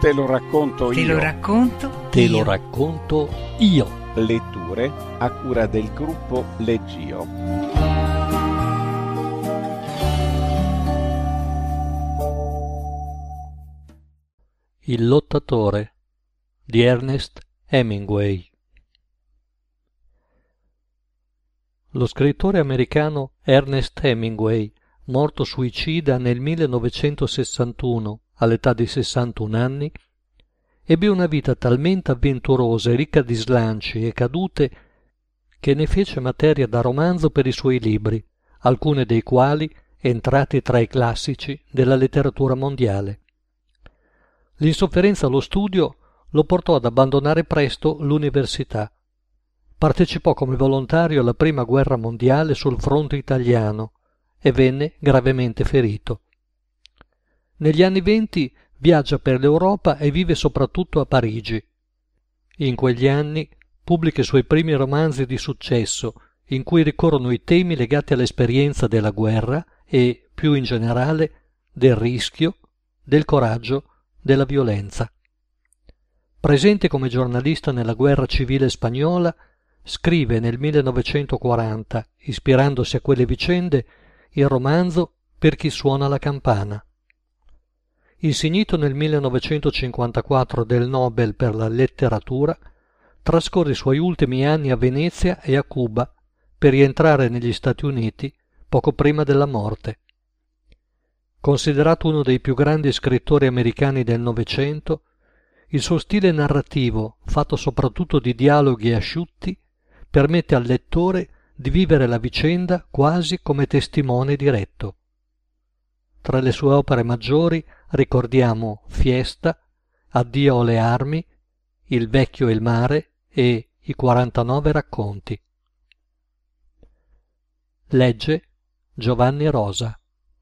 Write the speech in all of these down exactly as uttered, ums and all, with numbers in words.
Te lo racconto Te io. lo racconto Te io. lo racconto io. Letture a cura del gruppo Leggio. Il lottatore di Ernest Hemingway. Lo scrittore americano Ernest Hemingway, morto suicida nel millenovecentosessantuno all'età di sessantuno anni, ebbe una vita talmente avventurosa e ricca di slanci e cadute che ne fece materia da romanzo per i suoi libri, alcuni dei quali entrati tra i classici della letteratura mondiale. L'insofferenza allo studio lo portò ad abbandonare presto l'università. Partecipò come volontario alla Prima Guerra Mondiale sul fronte italiano e venne gravemente ferito. Negli anni venti viaggia per l'Europa e vive soprattutto a Parigi. In quegli anni pubblica i suoi primi romanzi di successo, in cui ricorrono i temi legati all'esperienza della guerra e, più in generale, del rischio, del coraggio, della violenza. Presente come giornalista nella guerra civile spagnola, scrive nel millenovecentoquaranta, ispirandosi a quelle vicende, il romanzo Per chi suona la campana. Insignito nel millenovecentocinquantaquattro del Nobel per la letteratura, trascorre i suoi ultimi anni a Venezia e a Cuba per rientrare negli Stati Uniti poco prima della morte. Considerato uno dei più grandi scrittori americani del Novecento, il suo stile narrativo, fatto soprattutto di dialoghi asciutti, permette al lettore di vivere la vicenda quasi come testimone diretto. Tra le sue opere maggiori ricordiamo Fiesta, Addio alle armi, Il vecchio e il mare e I quarantanove racconti. Legge Giovanni Rosa.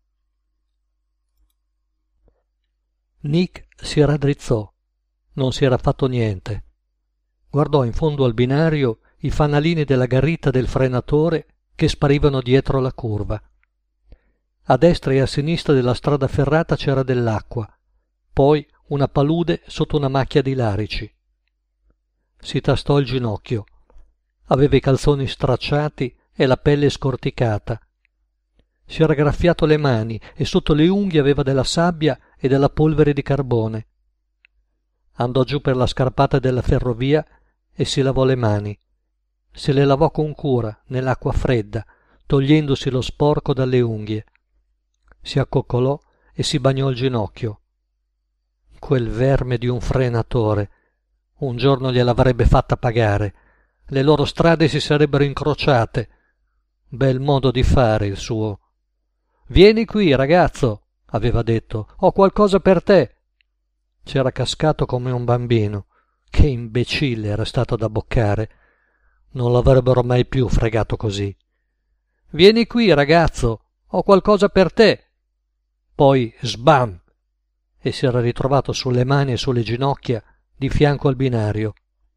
Nick si raddrizzò. Non si era fatto niente. Guardò in fondo al binario i fanalini della garita del frenatore che sparivano dietro la curva. A destra e a sinistra della strada ferrata c'era dell'acqua, poi una palude sotto una macchia di larici. Si tastò il ginocchio. Aveva i calzoni stracciati e la pelle scorticata. Si era graffiato le mani e sotto le unghie aveva della sabbia e della polvere di carbone. Andò giù per la scarpata della ferrovia e si lavò le mani. Se le lavò con cura nell'acqua fredda, togliendosi lo sporco dalle unghie. Si accoccolò e si bagnò il ginocchio. Quel verme di un frenatore. Un giorno gliel'avrebbe fatta pagare. Le loro strade si sarebbero incrociate. Bel modo di fare il suo. «Vieni qui, ragazzo», aveva detto, «ho qualcosa per te». C'era cascato come un bambino. Che imbecille era stato da boccare. Non l'avrebbero mai più fregato così. «Vieni qui, ragazzo, ho qualcosa per te». Poi sbam! E si era ritrovato sulle mani e sulle ginocchia di fianco al binario.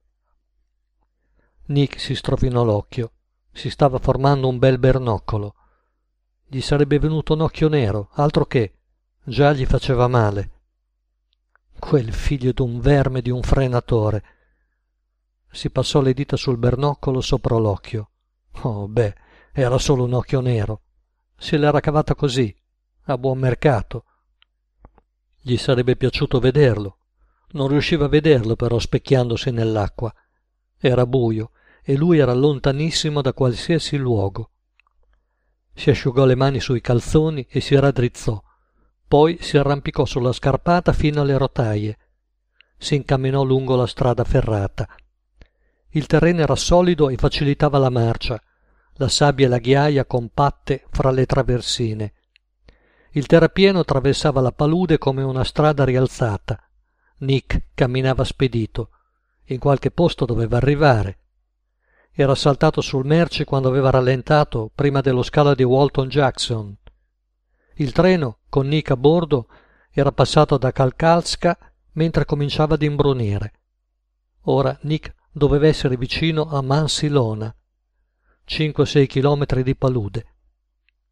Nick si strofinò l'occhio. Si stava formando un bel bernoccolo. Gli sarebbe venuto un occhio nero, altro che. Già gli faceva male. Quel figlio d'un verme di un frenatore. Si passò le dita sul bernoccolo sopra l'occhio. Oh, beh, era solo un occhio nero. Se l'era cavata così, a buon mercato. Gli sarebbe piaciuto vederlo. Non riusciva a vederlo però specchiandosi nell'acqua. Era buio e lui era lontanissimo da qualsiasi luogo. Si asciugò le mani sui calzoni e si raddrizzò. Poi si arrampicò sulla scarpata fino alle rotaie. Si incamminò lungo la strada ferrata. Il terreno era solido e facilitava la marcia, la sabbia e la ghiaia compatte fra le traversine. Il terrapieno attraversava la palude come una strada rialzata. Nick camminava spedito. In qualche posto doveva arrivare. Era saltato sul merci quando aveva rallentato prima dello scalo di Walton Jackson. Il treno, con Nick a bordo, era passato da Kalkalska mentre cominciava ad imbrunire. Ora Nick doveva essere vicino a Mansilona, cinque o sei chilometri di palude.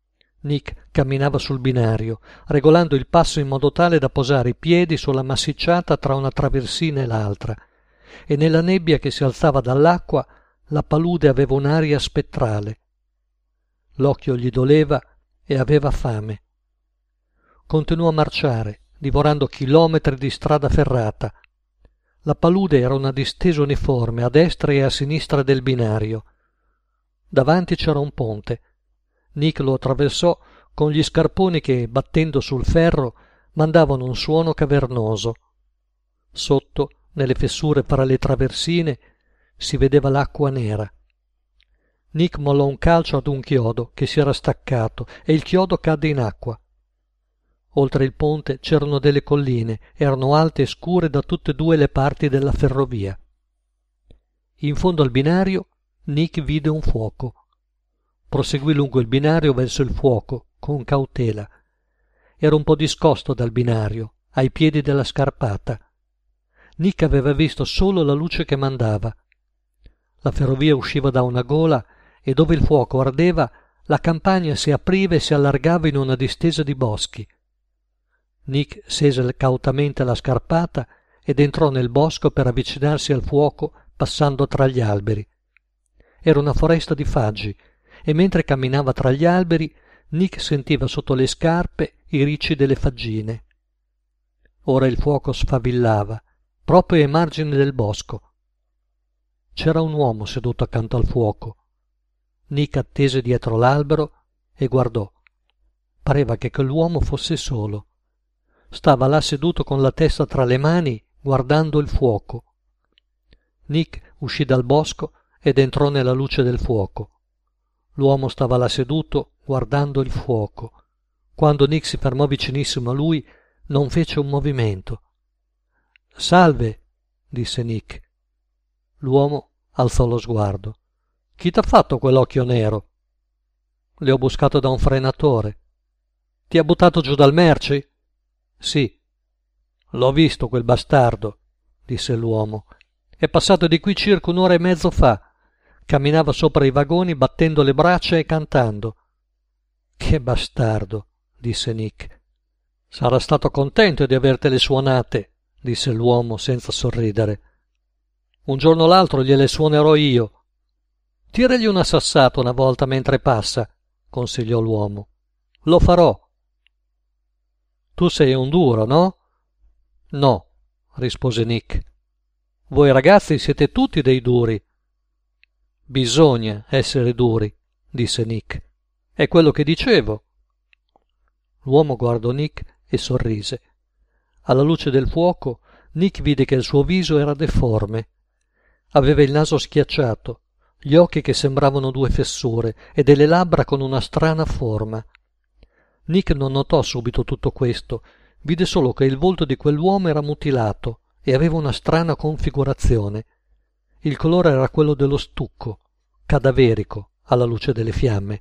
Nick camminava sul binario, regolando il passo in modo tale da posare i piedi sulla massicciata tra una traversina e l'altra, e nella nebbia che si alzava dall'acqua la palude aveva un'aria spettrale. L'occhio gli doleva e aveva fame. Continuò a marciare, divorando chilometri di strada ferrata. La palude era una distesa uniforme a destra e a sinistra del binario. Davanti c'era un ponte. Nick lo attraversò con gli scarponi che, battendo sul ferro, mandavano un suono cavernoso. Sotto, nelle fessure fra le traversine, si vedeva l'acqua nera. Nick mollò un calcio ad un chiodo che si era staccato e il chiodo cadde in acqua. Oltre il ponte c'erano delle colline, erano alte e scure da tutte e due le parti della ferrovia. In fondo al binario Nick vide un fuoco. Proseguì lungo il binario verso il fuoco, con cautela. Era un po' discosto dal binario, ai piedi della scarpata. Nick aveva visto solo la luce che mandava. La ferrovia usciva da una gola e dove il fuoco ardeva la campagna si apriva e si allargava in una distesa di boschi. Nick sese cautamente la scarpata ed entrò nel bosco per avvicinarsi al fuoco passando tra gli alberi. Era una foresta di faggi e mentre camminava tra gli alberi Nick sentiva sotto le scarpe i ricci delle faggine. Ora il fuoco sfavillava, proprio ai margini del bosco. C'era un uomo seduto accanto al fuoco. Nick attese dietro l'albero e guardò. Pareva che quell'uomo fosse solo. Stava là seduto con la testa tra le mani, guardando il fuoco. Nick uscì dal bosco ed entrò nella luce del fuoco. L'uomo stava là seduto, guardando il fuoco. Quando Nick si fermò vicinissimo a lui, non fece un movimento. «Salve», disse Nick. L'uomo alzò lo sguardo. «Chi t'ha fatto quell'occhio nero?» «Le ho buscato da un frenatore». «Ti ha buttato giù dal merci?» «Sì». «L'ho visto quel bastardo», disse l'uomo. «È passato di qui circa un'ora e mezzo fa. Camminava sopra i vagoni battendo le braccia e cantando». «Che bastardo», disse Nick. «Sarà stato contento di avertele suonate», disse l'uomo senza sorridere. «Un giorno o l'altro gliele suonerò io». «Tiragli una sassata una volta mentre passa», consigliò l'uomo. «Lo farò». «Tu sei un duro, no?» «No», rispose Nick. «Voi ragazzi siete tutti dei duri». «Bisogna essere duri», disse Nick. «È quello che dicevo». L'uomo guardò Nick e sorrise. Alla luce del fuoco Nick vide che il suo viso era deforme. Aveva il naso schiacciato, gli occhi che sembravano due fessure e delle labbra con una strana forma. Nick non notò subito tutto questo, vide solo che il volto di quell'uomo era mutilato e aveva una strana configurazione. Il colore era quello dello stucco, cadaverico, alla luce delle fiamme.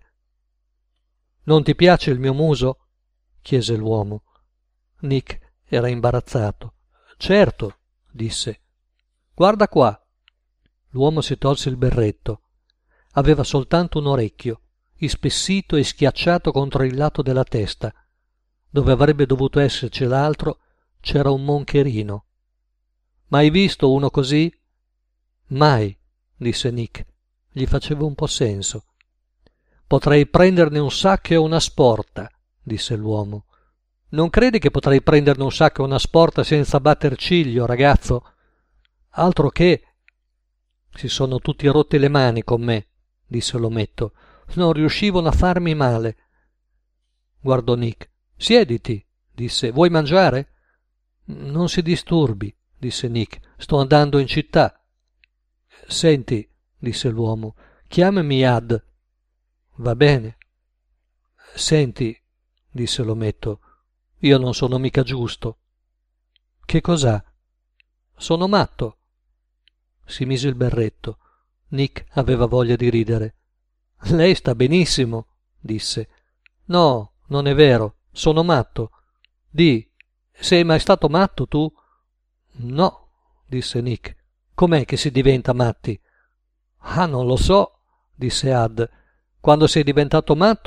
«Non ti piace il mio muso?» chiese l'uomo. Nick era imbarazzato. «Certo», disse. «Guarda qua». L'uomo si tolse il berretto. Aveva soltanto un orecchio, ispessito e schiacciato contro il lato della testa. Dove avrebbe dovuto esserci l'altro c'era un moncherino. «Mai visto uno così?» «Mai», disse Nick. Gli faceva un po' senso. «Potrei prenderne un sacco e una sporta», disse l'uomo. «Non credi che potrei prenderne un sacco e una sporta senza batter ciglio, ragazzo?» «Altro che...» «Si sono tutti rotti le mani con me», disse l'ometto. «Non riuscivano a farmi male». Guardò Nick. «Siediti», disse. «Vuoi mangiare?» «Non si disturbi», disse Nick. «Sto andando in città». «Senti», disse l'uomo, «chiamami Ad». «Va bene». «Senti», disse l'ometto, «io non sono mica giusto». «Che cos'ha?» «Sono matto». Si mise il berretto. Nick aveva voglia di ridere. «Lei sta benissimo», disse. «No, non è vero, sono matto». «Di, sei mai stato matto tu?» «No», disse Nick. «Com'è che si diventa matti?» «Ah, non lo so», disse Ad. «Quando sei diventato matto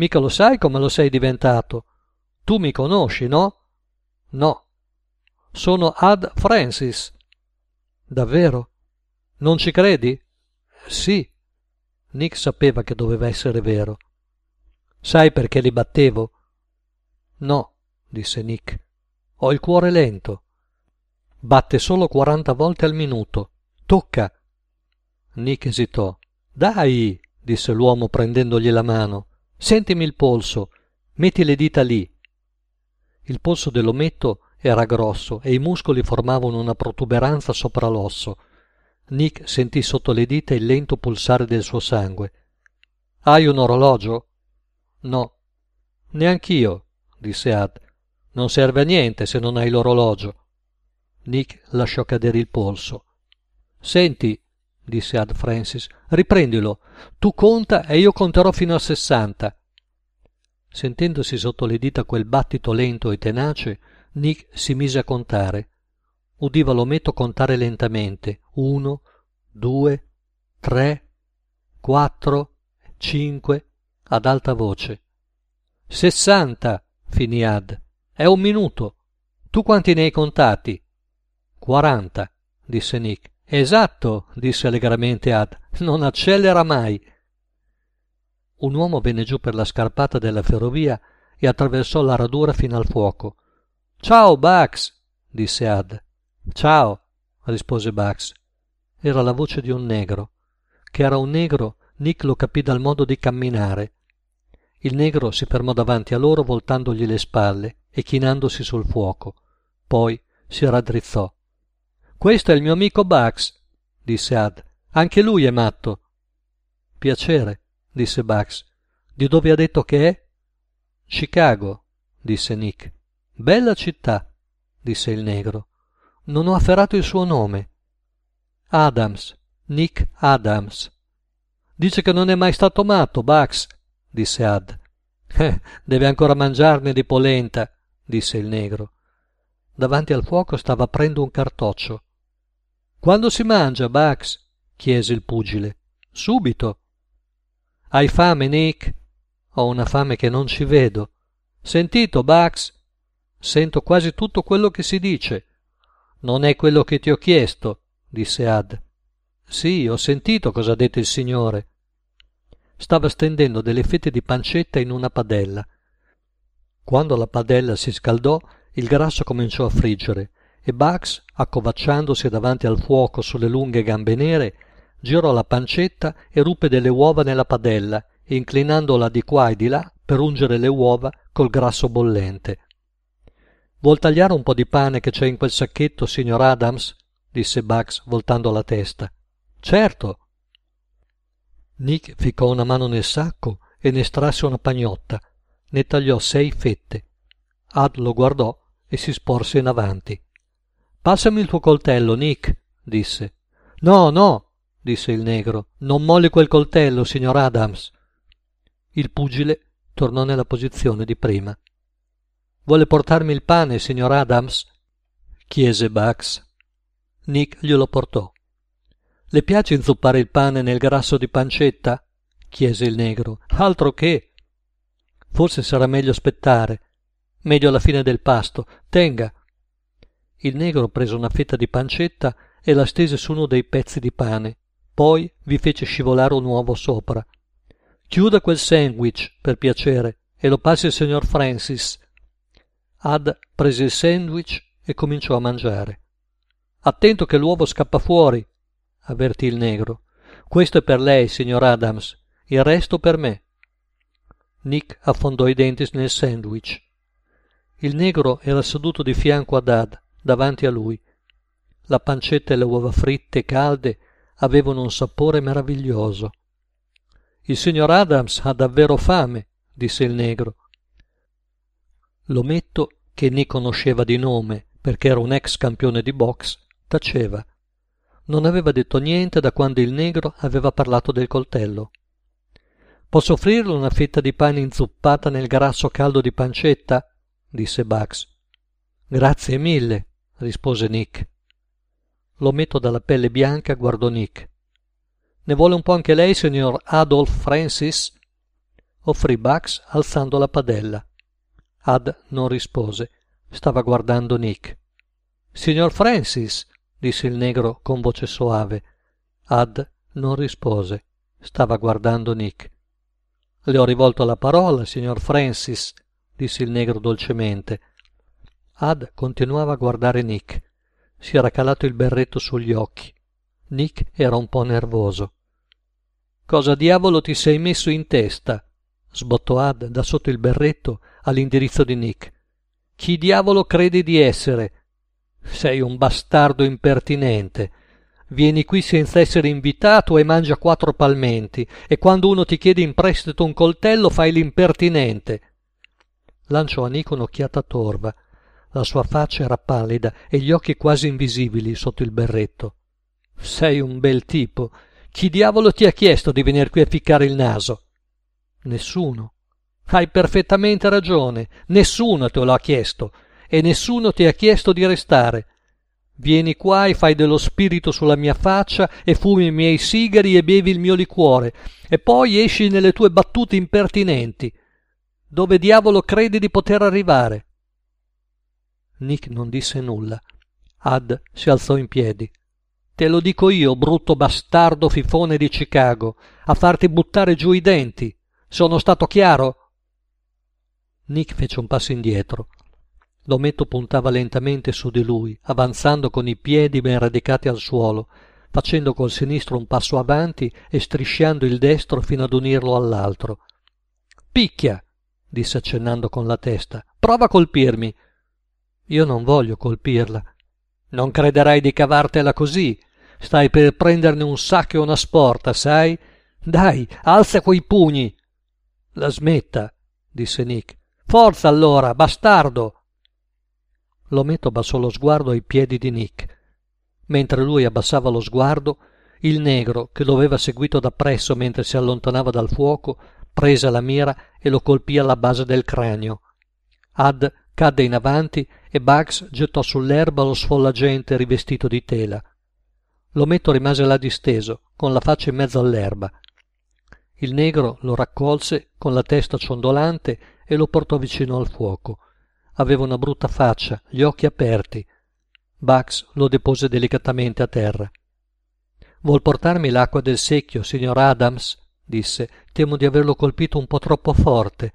Mica lo sai come lo sei diventato. Tu mi conosci, no? No. Sono Ad Francis. Davvero? Non ci credi? Sì. Nick sapeva che doveva essere vero. Sai perché li battevo? No, disse Nick. Ho il cuore lento. Batte solo quaranta volte al minuto. Tocca. Nick esitò. Dai, disse l'uomo prendendogli la mano. Sentimi il polso. Metti le dita lì. Il polso dell'ometto era grosso e i muscoli formavano una protuberanza sopra l'osso. Nick sentì sotto le dita il lento pulsare del suo sangue. Hai un orologio? No. Neanch'io, disse Ad. Non serve a niente se non hai l'orologio. Nick lasciò cadere il polso. Senti, disse Ad Francis, riprendilo. Tu conta e io conterò fino a sessanta. Sentendosi sotto le dita quel battito lento e tenace, Nick si mise a contare. Udiva l'ometto contare lentamente. Uno, due, tre, quattro, cinque, ad alta voce. Sessanta, finì Ad. È un minuto. Tu quanti ne hai contati? Quaranta, disse Nick. Esatto, disse allegramente Ad. Non accelera mai. Un uomo venne giù per la scarpata della ferrovia e attraversò la radura fino al fuoco. Ciao, Bugs, disse Ad. Ciao, rispose Bugs. Era la voce di un negro. Che era un negro, Nick lo capì dal modo di camminare. Il negro si fermò davanti a loro voltandogli le spalle e chinandosi sul fuoco. Poi si raddrizzò. Questo è il mio amico Bugs, disse Ad. Anche lui è matto. Piacere, disse Bugs. Di dove ha detto che è? Chicago, disse Nick. Bella città, disse il negro. Non ho afferrato il suo nome. Adams, Nick Adams. Dice che non è mai stato matto, Bugs, disse Ad. Eh, deve ancora mangiarne di polenta, disse il negro. Davanti al fuoco stava aprendo un cartoccio. Quando si mangia, Bugs? Chiese il pugile. Subito. Hai fame, Nick? Ho una fame che non ci vedo. Sentito, Bugs? Sento quasi tutto quello che si dice. Non è quello che ti ho chiesto, disse Ad. Sì, ho sentito cosa ha detto il signore. Stava stendendo delle fette di pancetta in una padella. Quando la padella si scaldò, il grasso cominciò a friggere e Bugs, accovacciandosi davanti al fuoco sulle lunghe gambe nere, girò la pancetta e ruppe delle uova nella padella, inclinandola di qua e di là per ungere le uova col grasso bollente. Vuol tagliare un po' di pane che c'è in quel sacchetto, signor Adams? Disse Bugs voltando la testa. Certo. Nick ficcò una mano nel sacco e ne estrasse una pagnotta. Ne tagliò sei fette. Ad lo guardò e si sporse in avanti. Passami il tuo coltello, Nick, disse. No, no, disse il negro. Non molli quel coltello, signor Adams. Il pugile tornò nella posizione di prima. Vuole portarmi il pane, signor Adams? Chiese Bugs. Nick glielo portò. Le piace inzuppare il pane nel grasso di pancetta? Chiese il negro. Altro che. Forse sarà meglio aspettare. Meglio alla fine del pasto. Tenga. Il negro prese una fetta di pancetta e la stese su uno dei pezzi di pane. Poi vi fece scivolare un uovo sopra. Chiuda quel sandwich, per piacere, e lo passi al signor Francis. Ad prese il sandwich e cominciò a mangiare. Attento che l'uovo scappa fuori, avvertì il negro. Questo è per lei, signor Adams, il resto per me. Nick affondò i denti nel sandwich. Il negro era seduto di fianco ad Ad, davanti a lui. La pancetta e le uova fritte calde avevano un sapore meraviglioso. Il signor Adams ha davvero fame, disse il negro. L'ometto, che Nick conosceva di nome perché era un ex campione di box, taceva. Non aveva detto niente da quando il negro aveva parlato del coltello. Posso offrirle una fetta di pane inzuppata nel grasso caldo di pancetta? Disse Bugs. Grazie mille, rispose Nick. L'ometto dalla pelle bianca guardò Nick. Ne vuole un po' anche lei, signor Adolf Francis? offrì Bugs alzando la padella. Ad non rispose, stava guardando Nick. «Signor Francis», disse il negro con voce soave. Ad non rispose, stava guardando Nick. «Le ho rivolto la parola, signor Francis», disse il negro dolcemente. Ad continuava a guardare Nick. Si era calato il berretto sugli occhi. Nick era un po' nervoso. «Cosa diavolo ti sei messo in testa?» sbottò Ad da sotto il berretto all'indirizzo di Nick. «Chi diavolo credi di essere? Sei un bastardo impertinente. Vieni qui senza essere invitato e mangia quattro palmenti, e quando uno ti chiede in prestito un coltello fai l'impertinente». Lanciò a Nick un'occhiata torva. La sua faccia era pallida e gli occhi quasi invisibili sotto il berretto. «Sei un bel tipo. Chi diavolo ti ha chiesto di venire qui a ficcare il naso?» «Nessuno». «Hai perfettamente ragione. Nessuno te lo ha chiesto. E nessuno ti ha chiesto di restare. Vieni qua e fai dello spirito sulla mia faccia e fumi i miei sigari e bevi il mio liquore. E poi esci nelle tue battute impertinenti. Dove diavolo credi di poter arrivare?» Nick non disse nulla. Ad si alzò in piedi. «Te lo dico io, brutto bastardo fifone di Chicago, a farti buttare giù i denti. Sono stato chiaro?» Nick fece un passo indietro. L'ometto puntava lentamente su di lui, avanzando con i piedi ben radicati al suolo, facendo col sinistro un passo avanti e strisciando il destro fino ad unirlo all'altro. «Picchia!» disse accennando con la testa. «Prova a colpirmi!» «Io non voglio colpirla». «Non crederai di cavartela così. Stai per prenderne un sacco e una sporta, sai? Dai, alza quei pugni!» «La smetta», disse Nick. «Forza allora, bastardo!» L'ometto abbassò lo sguardo ai piedi di Nick. Mentre lui abbassava lo sguardo, il negro, che lo aveva seguito da presso mentre si allontanava dal fuoco, prese la mira e lo colpì alla base del cranio. Ad cadde in avanti e Bugs gettò sull'erba lo sfollagente rivestito di tela. L'ometto rimase là disteso, con la faccia in mezzo all'erba. Il negro lo raccolse con la testa ciondolante e lo portò vicino al fuoco. Aveva una brutta faccia, gli occhi aperti. Bugs lo depose delicatamente a terra. «Vuol portarmi l'acqua del secchio, signor Adams?» disse. «Temo di averlo colpito un po' troppo forte».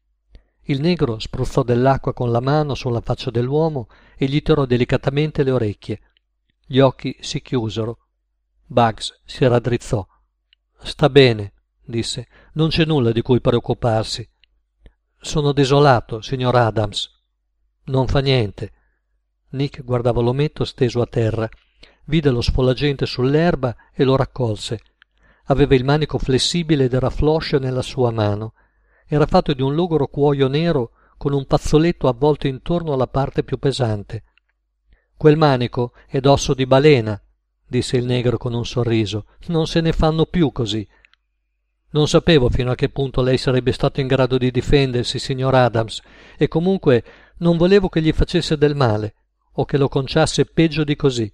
Il negro spruzzò dell'acqua con la mano sulla faccia dell'uomo e gli tirò delicatamente le orecchie. Gli occhi si chiusero. Bugs si raddrizzò. «Sta bene», disse. «Non c'è nulla di cui preoccuparsi». «Sono desolato, signor Adams». «Non fa niente». Nick guardava l'ometto steso a terra. Vide lo sfollagente sull'erba e lo raccolse. Aveva il manico flessibile ed era floscio nella sua mano. Era fatto di un logoro cuoio nero con un fazzoletto avvolto intorno alla parte più pesante. «Quel manico è d'osso di balena», disse il negro con un sorriso. «Non se ne fanno più così». «Non sapevo fino a che punto lei sarebbe stato in grado di difendersi, signor Adams, e comunque non volevo che gli facesse del male o che lo conciasse peggio di così».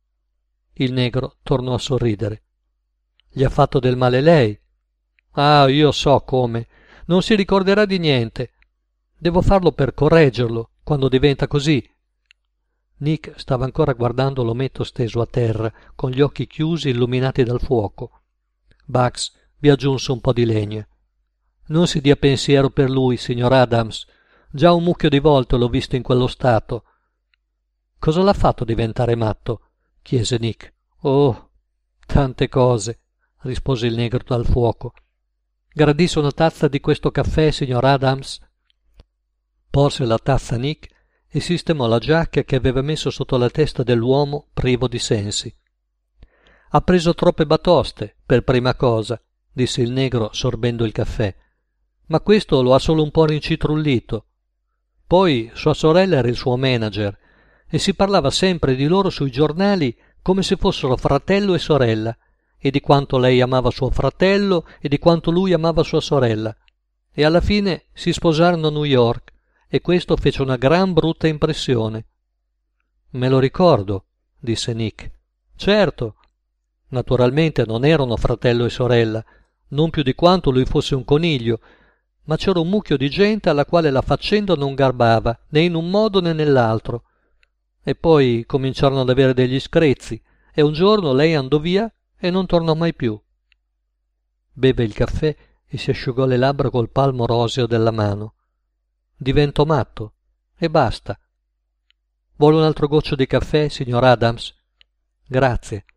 Il negro tornò a sorridere. «Gli ha fatto del male lei?» «Ah, io so come. Non si ricorderà di niente. Devo farlo per correggerlo quando diventa così». Nick stava ancora guardando l'ometto steso a terra, con gli occhi chiusi illuminati dal fuoco. Bugs vi aggiunse un po' di legna. «Non si dia pensiero per lui, signor Adams. Già un mucchio di volte l'ho visto in quello stato». «Cosa l'ha fatto diventare matto?» chiese Nick. «Oh, tante cose», rispose il negro dal fuoco. «Gradisce una tazza di questo caffè, signor Adams?» Porse la tazza a Nick e sistemò la giacca che aveva messo sotto la testa dell'uomo privo di sensi. «Ha preso troppe batoste, per prima cosa», disse il negro sorbendo il caffè. «Ma questo lo ha solo un po' rincitrullito. Poi sua sorella era il suo manager e si parlava sempre di loro sui giornali come se fossero fratello e sorella, e di quanto lei amava suo fratello e di quanto lui amava sua sorella. E alla fine si sposarono a New York e questo fece una gran brutta impressione». «Me lo ricordo», disse Nick. «Certo. Naturalmente non erano fratello e sorella, non più di quanto lui fosse un coniglio, ma c'era un mucchio di gente alla quale la faccenda non garbava né in un modo né nell'altro. E poi cominciarono ad avere degli screzi e un giorno lei andò via e non tornò mai più. Beve il caffè e si asciugò le labbra col palmo roseo della mano. Divento matto e basta. Vuole un altro goccio di caffè, signor Adams? Grazie.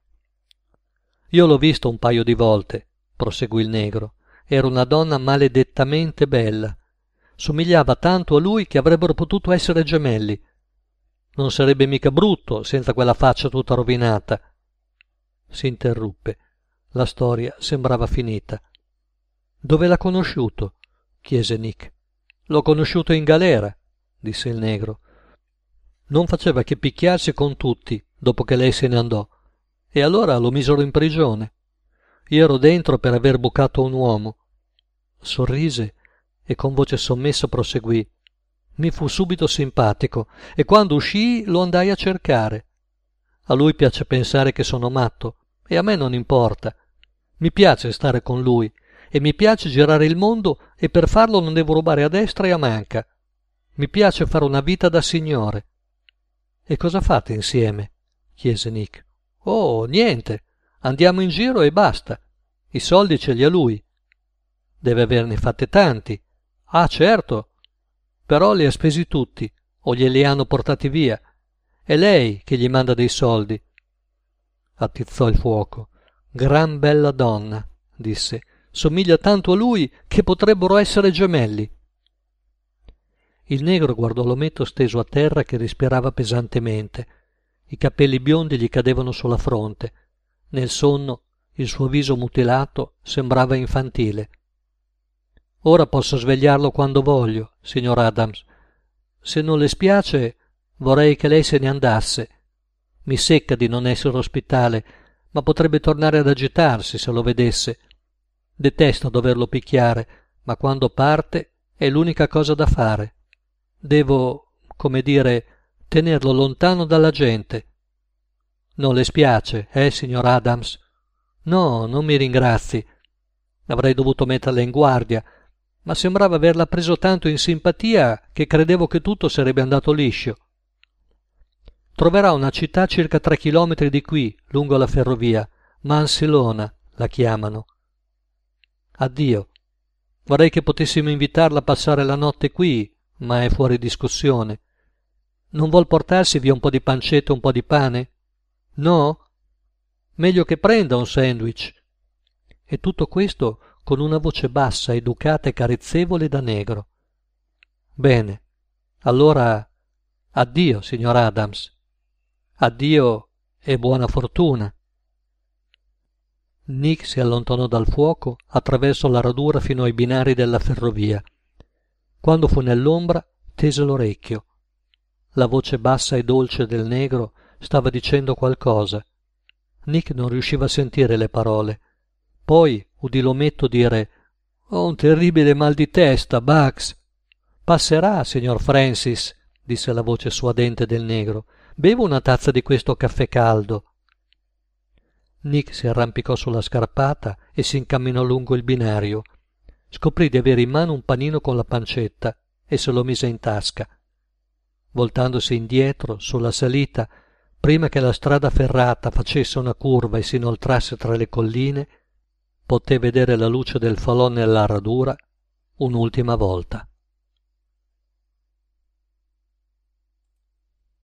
Io l'ho visto un paio di volte, proseguì il negro. Era una donna maledettamente bella. Somigliava tanto a lui che avrebbero potuto essere gemelli. Non sarebbe mica brutto senza quella faccia tutta rovinata. Si interruppe. La storia sembrava finita. Dove l'ha conosciuto? Chiese Nick. L'ho conosciuto in galera, disse il negro. Non faceva che picchiarsi con tutti dopo che lei se ne andò, e allora lo misero in prigione. Io ero dentro per aver bucato un uomo. Sorrise e con voce sommessa proseguì. Mi fu subito simpatico e quando uscii lo andai a cercare. A lui piace pensare che sono matto e a me non importa. Mi piace stare con lui e mi piace girare il mondo e per farlo non devo rubare a destra e a manca. Mi piace fare una vita da signore. E cosa fate insieme? Chiese Nick. Oh, niente. Andiamo in giro e basta. I soldi ce li ha lui. Deve averne fatte tanti. Ah, certo. Però li ha spesi tutti, o glieli hanno portati via. È lei che gli manda dei soldi. Attizzò il fuoco. Gran bella donna, disse. Somiglia tanto a lui che potrebbero essere gemelli. Il negro guardò l'ometto steso a terra che respirava pesantemente. I capelli biondi gli cadevano sulla fronte. Nel sonno il suo viso mutilato sembrava infantile. Ora posso svegliarlo quando voglio, signor Adams. Se non le spiace, vorrei che lei se ne andasse. Mi secca di non essere ospitale, ma potrebbe tornare ad agitarsi se lo vedesse. Detesto doverlo picchiare, ma quando parte è l'unica cosa da fare. Devo, come dire, tenerlo lontano dalla gente. Non le spiace, eh, signor Adams? No, non mi ringrazi. Avrei dovuto metterla in guardia, ma sembrava averla preso tanto in simpatia che credevo che tutto sarebbe andato liscio. Troverà una città circa tre chilometri di qui, lungo la ferrovia. Mansilona la chiamano. Addio. Vorrei che potessimo invitarla a passare la notte qui, ma è fuori discussione. Non vuol portarsi via un po' di pancetta e un po' di pane? No? Meglio che prenda un sandwich. E tutto questo con una voce bassa, educata e carezzevole da negro. Bene, allora addio, signor Adams. Addio e buona fortuna. Nick si allontanò dal fuoco attraverso la radura fino ai binari della ferrovia. Quando fu nell'ombra, tese l'orecchio. La voce bassa e dolce del negro stava dicendo qualcosa. Nick non riusciva a sentire le parole. Poi udì l'ometto dire «Ho un terribile mal di testa, Bugs». «Passerà, signor Francis», disse la voce suadente del negro. «Bevo una tazza di questo caffè caldo». Nick si arrampicò sulla scarpata e si incamminò lungo il binario. Scoprì di avere in mano un panino con la pancetta e se lo mise in tasca. Voltandosi indietro, sulla salita, prima che la strada ferrata facesse una curva e si inoltrasse tra le colline, poté vedere la luce del falò nella radura un'ultima volta.